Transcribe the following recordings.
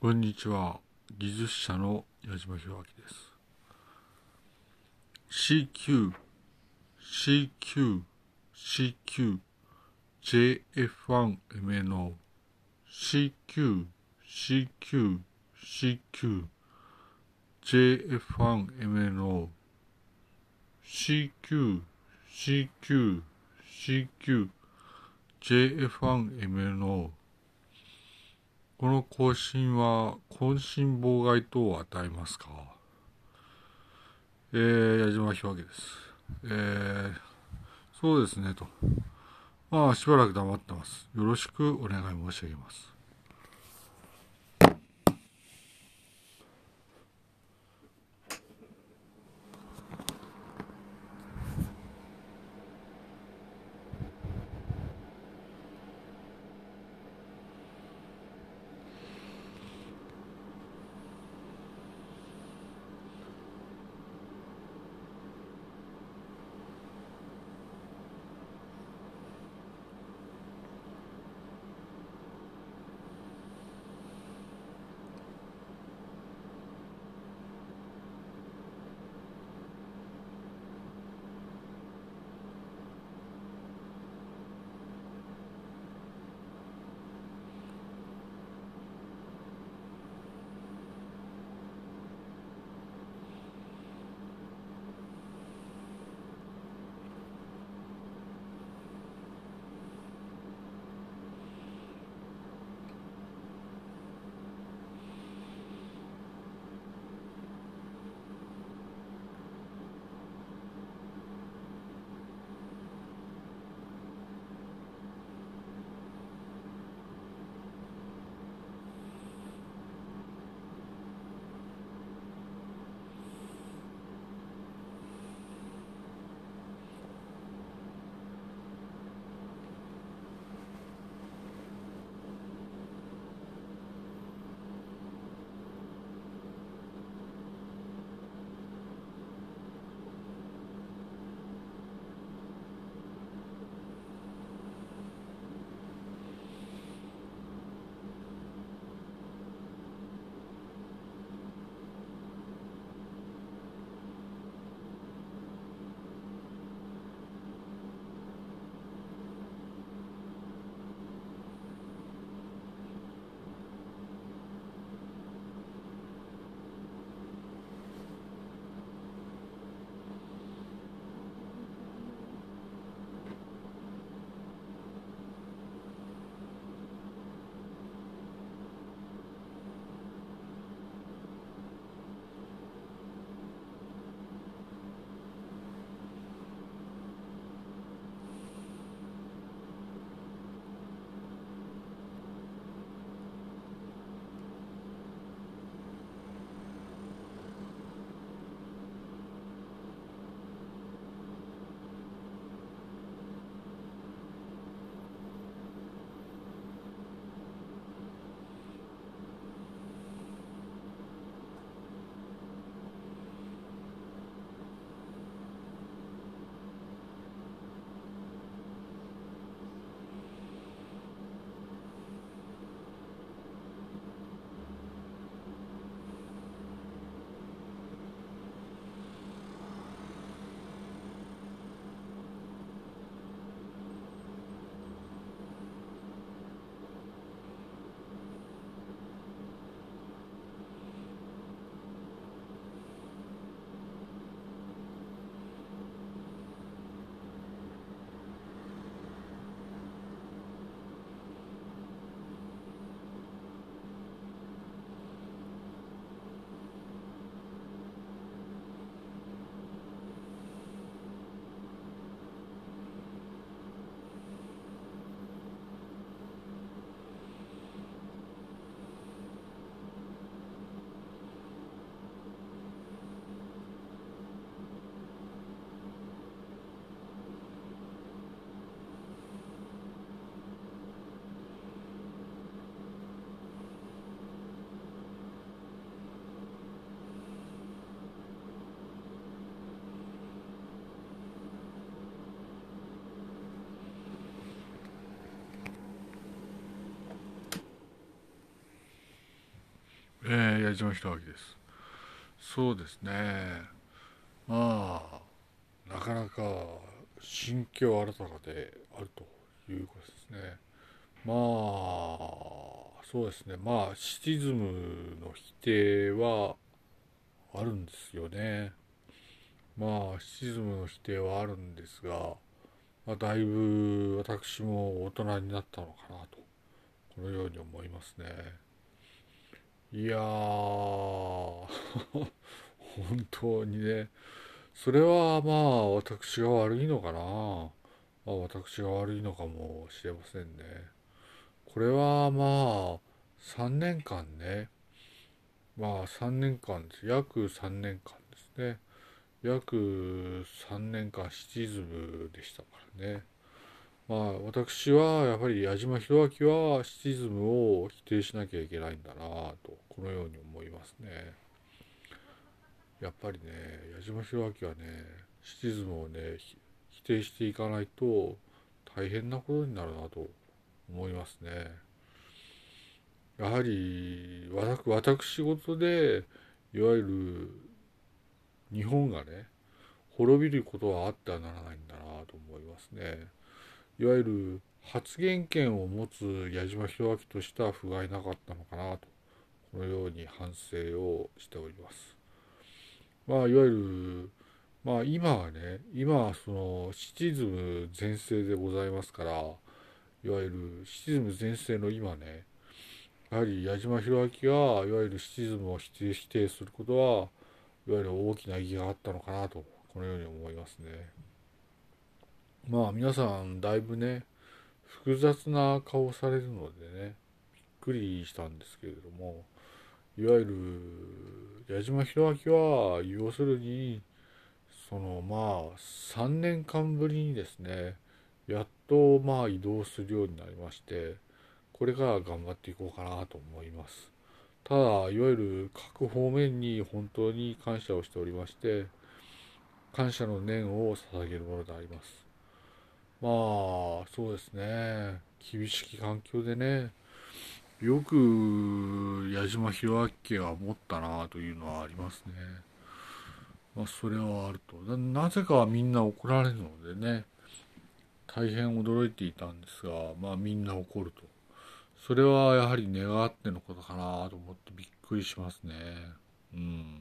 こんにちは。技術者の矢島弘明です。CQ、CQ、CQ、JF1MNO、CQ、CQ、CQ、JF1MNO、CQ、CQ、CQ、JF1MNO。この更新は更新妨害等を与えますか？矢島弘明です。そうですねと。しばらく黙ってます。よろしくお願い申し上げます。 矢島弘明です。そうですね。まあ、なかなか心境新たかであるということですね。まあ、そうですね。まあ、シティズムの否定はあるんですよね。まあ、シティズムの否定はあるんですが、まあ、だいぶ私も大人になったのかなと、このように思いますね。いやー、本当にね、それはまあ私が悪いのかな。まあ私が悪いのかもしれませんね。これはまあ3年間ね、まあ3年間です。約3年間ですね。約3年間シチズムでしたからね。まあ私はやはり矢島弘明はシチズムを否定しなきゃいけないんだなと、このように思いますね。やっぱりね、矢島弘明はね、シチズムをね、否定していかないと大変なことになるなと思いますね。やはり私事でいわゆる日本がね滅びることはあってはならないんだなと思いますね。いわゆる発言権を持つ矢島弘明としては不甲斐なかったのかなと、このように反省をしております。まあいわゆるまあ今はね、今はそのシチズム全盛でございますから、いわゆるシチズム全盛の今ね、やはり矢島弘明がいわゆるシチズムを否定することは、いわゆる大きな意義があったのかなと、このように思いますね。まあ皆さんだいぶね、複雑な顔をされるのでね、びっくりしたんですけれども、いわゆる矢島弘明は要するにそのまあ3年間ぶりにですね、やっとまあ移動するようになりまして、これから頑張っていこうかなと思います。ただいわゆる各方面に本当に感謝をしておりまして、感謝の念を捧げるものであります。まあそうですね、厳しき環境でね、よく矢島弘明が持ったなというのはありますね。まあそれはあると。なぜかはみんな怒られるのでね、大変驚いていたんですが、まあみんな怒ると。それはやはり願ってのことかなと思ってびっくりしますね。うん。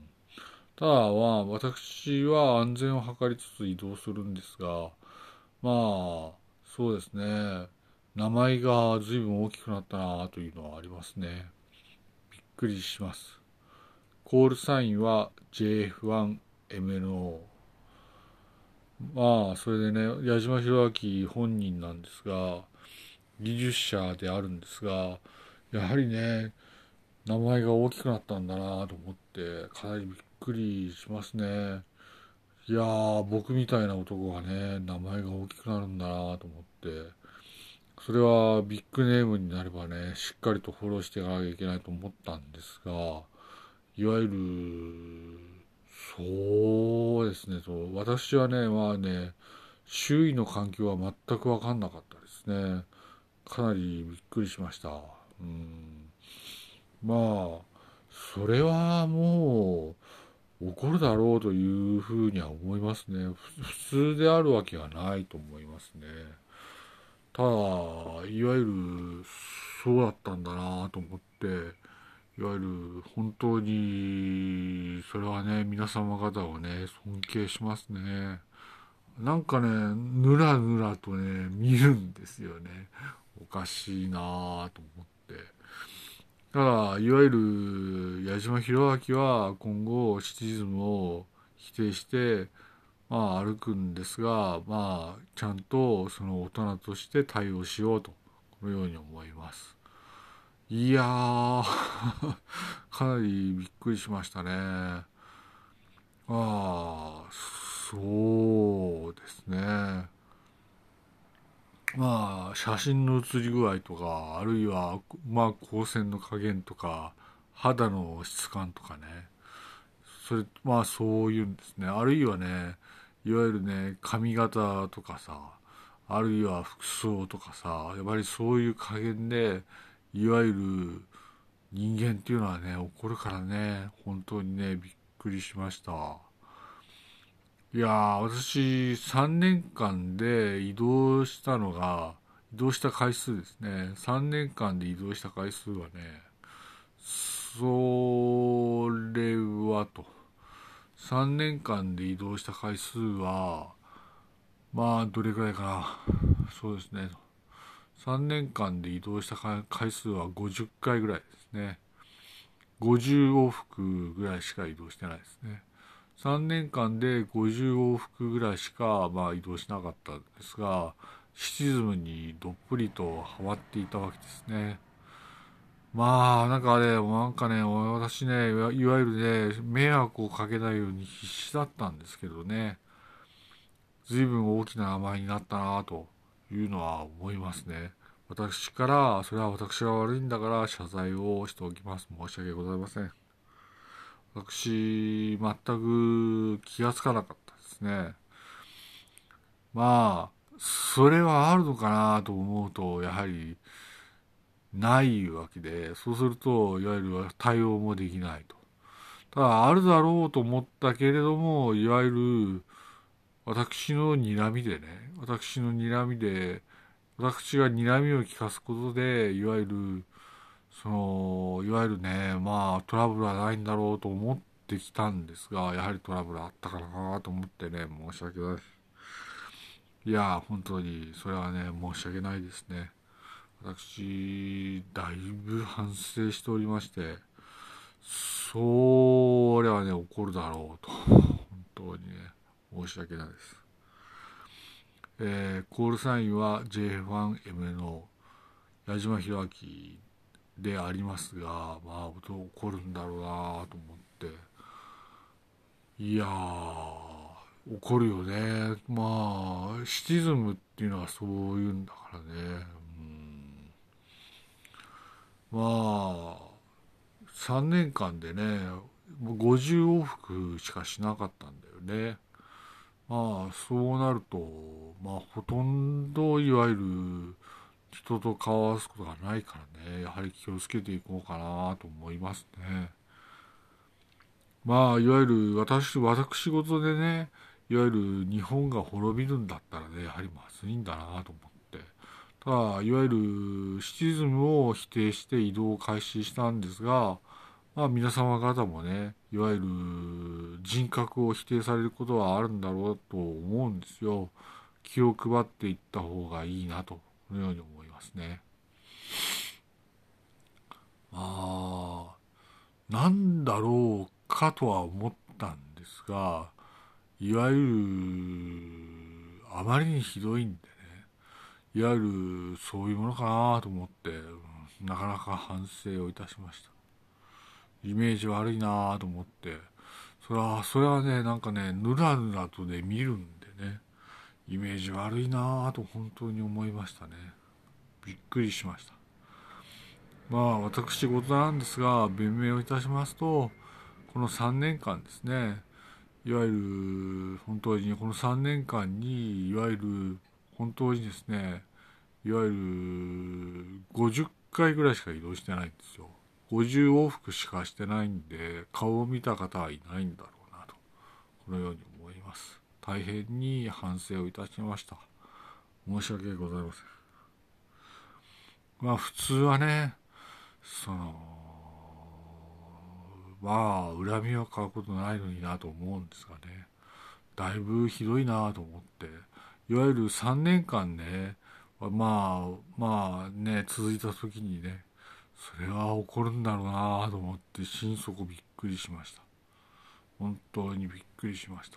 ただは、私は安全を図りつつ移動するんですが、まあ、そうですね。名前が随分大きくなったなというのはありますね。びっくりします。コールサインは JF1MNO。まあ、それでね、矢島弘明本人なんですが、技術者であるんですが、やはりね、名前が大きくなったんだなと思って、かなりびっくりしますね。いやー、僕みたいな男がね、名前が大きくなるんだなと思って、それはビッグネームになればね、しっかりとフォローしていかなきゃいけないと思ったんですが、いわゆる、そうですね、私はね、まあね、周囲の環境は全く分かんなかったですね。かなりびっくりしました。うん。まあ、それはもう、起こるだろうというふうには思いますね。普通であるわけはないと思いますね。ただ、いわゆるそうだったんだなと思って、いわゆる本当に、それはね、皆様方をね、尊敬しますね。なんかね、ぬらぬらとね、見るんですよね。おかしいなぁと思って。だから、いわゆる矢島弘明は今後シティズムを否定して、まあ歩くんですが、まあちゃんとその大人として対応しようと、このように思います。いやーかなりびっくりしましたね。ああ、そうですね。まあ、写真の写り具合とか、あるいは、まあ、光線の加減とか、肌の質感とかね。それ、まあ、そういうんですね。あるいはね、いわゆるね、髪型とかさ、あるいは服装とかさ、やっぱりそういう加減で、いわゆる人間っていうのはね、怒るからね、本当にね、びっくりしました。いやー、私、3年間で移動した回数ですね。3年間で移動した回数はね、それはと。3年間で移動した回数は、まあ、どれくらいかな。そうですね。3年間で移動した回数は50回ぐらいですね。50往復ぐらいしか移動してないですね。3年間で50往復ぐらいしか、まあ、移動しなかったんですが、シティズムにどっぷりとハマっていたわけですね。まあ、なんかね、私ね、いわゆるね、迷惑をかけないように必死だったんですけどね、随分大きな名前になったなというのは思いますね。私から、それは私が悪いんだから謝罪をしておきます。申し訳ございません。私、全く気がつかなかったですね。まあ、それはあるのかなと思うと、やはりないわけで、そうすると、いわゆる対応もできないと。ただ、あるだろうと思ったけれども、いわゆる私の睨みで、私が睨みを利かすことで、いわゆるね、まあ、トラブルはないんだろうと思ってきたんですが、やはりトラブルあったかなと思ってね、申し訳ないです。いや、本当に、それはね、申し訳ないですね。私、だいぶ反省しておりまして、それはね、怒るだろうと、本当にね、申し訳ないです。コールサインは JF1M の矢島弘明でありますが、まあ、怒るんだろうなと思って、いやー、怒るよね。まあ、シティズムっていうのはそういうんだからね。うん、まあ、3年間でね、もう50往復しかしなかったんだよね。まあ、そうなると、まあ、ほとんどいわゆる人と顔を合わすことがないからね、やはり気をつけていこうかなと思いますね。まあ、いわゆる私事でね、いわゆる日本が滅びるんだったらね、やはりまずいんだなと思って。ただ、いわゆるシティズムを否定して移動を開始したんですが、まあ皆様方もね、いわゆる人格を否定されることはあるんだろうと思うんですよ。気を配っていった方がいいなと、このように思いますね。ああ、なんだろうかとは思ったんですが、いわゆる、あまりにひどいんでね、いわゆるそういうものかなと思って、なかなか反省をいたしました。イメージ悪いなと思って、それはね、なんかね、ぬらぬらとね、見るんでね、イメージ悪いなと本当に思いましたね。びっくりしました。まあ、私事なんですが、弁明をいたしますと、この3年間ですね、いわゆる、本当にこの3年間に、いわゆる、本当にですね、いわゆる50回ぐらいしか移動してないんですよ。50往復しかしてないんで、顔を見た方はいないんだろうなと、このように思います。大変に反省をいたしました。申し訳ございません。まあ普通はね、その、まあ恨みを買うことないのになと思うんですがね、だいぶひどいなと思って、いわゆる3年間ね、まあね、続いた時にね、それは起こるんだろうなと思って心底びっくりしました。本当にびっくりしました。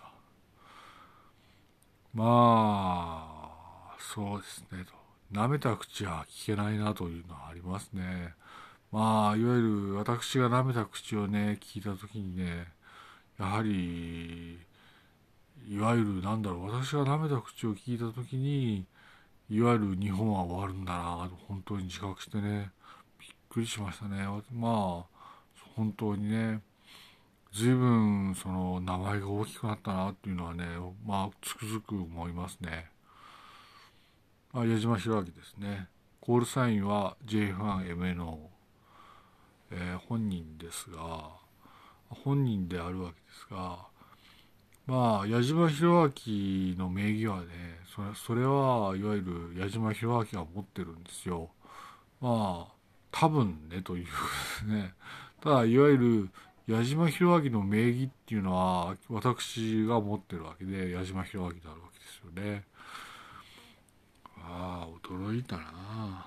まあ、そうですねと。舐めた口は聞けないなというのはありますね。まあ、いわゆる私が舐めた口をね、聞いた時にね、やはり、いわゆる私が舐めた口を聞いた時に、いわゆる日本は終わるんだなと本当に自覚してね、びっくりしましたね。まあ、本当にね、随分その名前が大きくなったなっていうのはね、まあ、つくづく思いますね。矢島弘明ですね。コールサインは JF1MNO、 本人ですが、本人であるわけですが、まあ矢島弘明の名義はね、それはいわゆる矢島弘明が持ってるんですよ。まあ多分ねということですね。ただいわゆる矢島弘明の名義っていうのは私が持ってるわけで、矢島弘明であるわけですよね。ああ、驚いたな。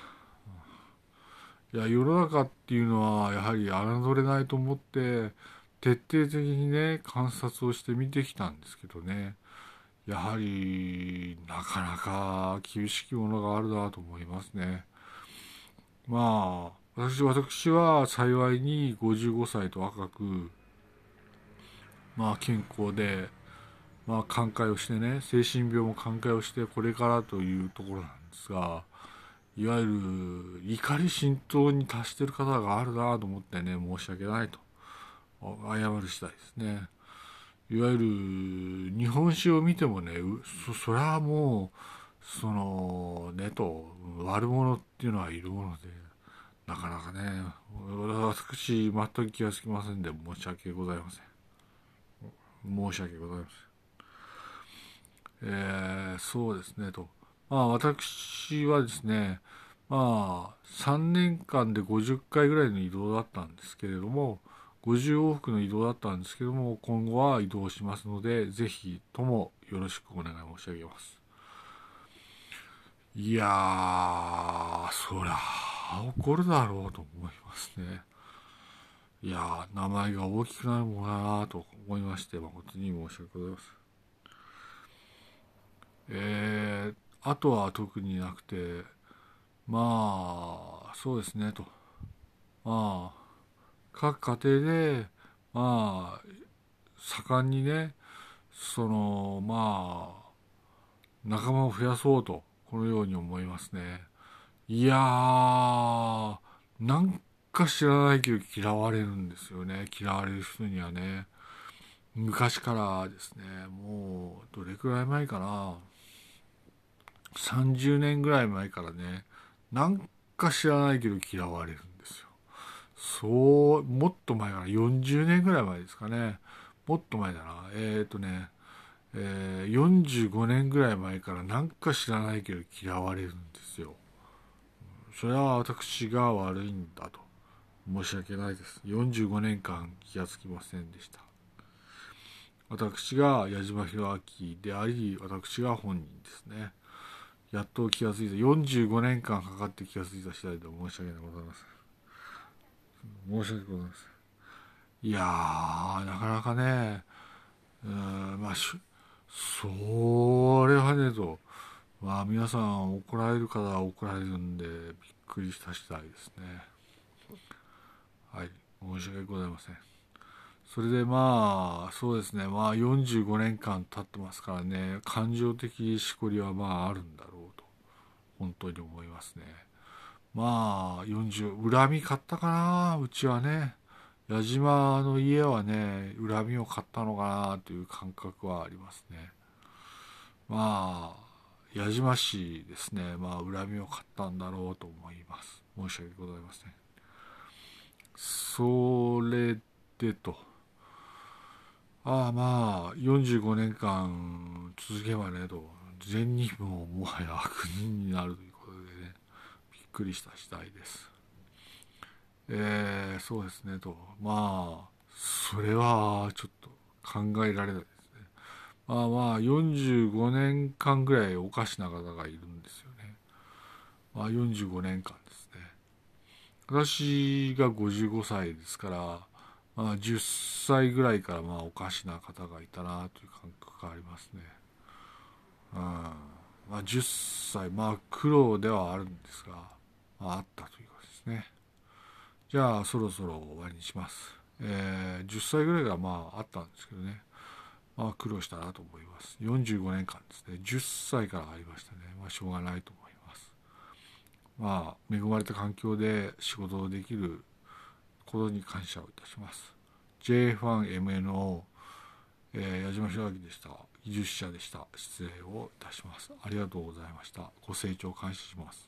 いや、世の中っていうのはやはり侮れないと思って徹底的にね観察をして見てきたんですけどね、やはりなかなか厳しきものがあるなと思いますね。まあ私は幸いに55歳と若く、まあ健康で、まあ寛解をしてね、精神病も寛解をしてこれからというところなんですが、いわゆる怒り心頭に達している方があるなと思ってね、申し訳ないと謝る次第ですね。いわゆる日本史を見てもね、それはもうそのねと悪者っていうのはいるもので、なかなかね、私全く気がつきませんで申し訳ございません。申し訳ございません。そうですねと。まあ私はですね、まあ3年間で50回ぐらいの移動だったんですけれども、50往復の移動だったんですけども、今後は移動しますので、ぜひともよろしくお願い申し上げます。いやー、そりゃ怒るだろうと思いますね。いやー、名前が大きくなるもんだなと思いまして、誠に申し訳ございません。あとは特になくて、まあ、そうですねと。まあ、各家庭で、まあ、盛んにね、まあ、仲間を増やそうと、このように思いますね。いやー、なんか知らないけど嫌われるんですよね。嫌われる人にはね。昔からですね、もう、どれくらい前かな。30年ぐらい前からね、なんか知らないけど嫌われるんですよ。そう、もっと前かな。40年ぐらい前ですかね。もっと前だな。45年ぐらい前からなんか知らないけど嫌われるんですよ。それは私が悪いんだと。申し訳ないです。45年間気がつきませんでした。私が矢島弘明であり、私が本人ですね。やっと気がついた。45年間かかって気がついた次第で申し訳ございません。申し訳ございません。いやー、なかなかね、まあ、それはねと、まあ皆さん怒られる方は怒られるんで、びっくりした次第ですね。はい、申し訳ございません。それでまあ、そうですね、まあ45年間経ってますからね、感情的しこりはまああるんだろうと、本当に思いますね。まあ、40、恨み買ったかな、うちはね。矢島の家はね、恨みを買ったのかなという感覚はありますね。まあ、矢島氏ですね、まあ、恨みを買ったんだろうと思います。申し訳ございません。それでと、まあ、45年間続けばねと、善人ももはや悪人になるということでね、びっくりした次第です。そうですねと、まあ、それはちょっと考えられないですね。45年間ぐらいおかしな方がいるんですよね。まあ45年間ですね。私が55歳ですから、まあ10歳ぐらいからまあおかしな方がいたなという感覚がありますね。うん。まあ10歳、まあ苦労ではあるんですが、まああったということですね。じゃあそろそろ終わりにします。10歳ぐらいがまああったんですけどね。まあ苦労したなと思います。45年間ですね。10歳からありましたね。まあしょうがないと思います。まあ恵まれた環境で仕事をできることに感謝をいたします。J1MNO、矢島弘明でした。技術者でした。失礼をいたします。ありがとうございました。ご清聴感謝します。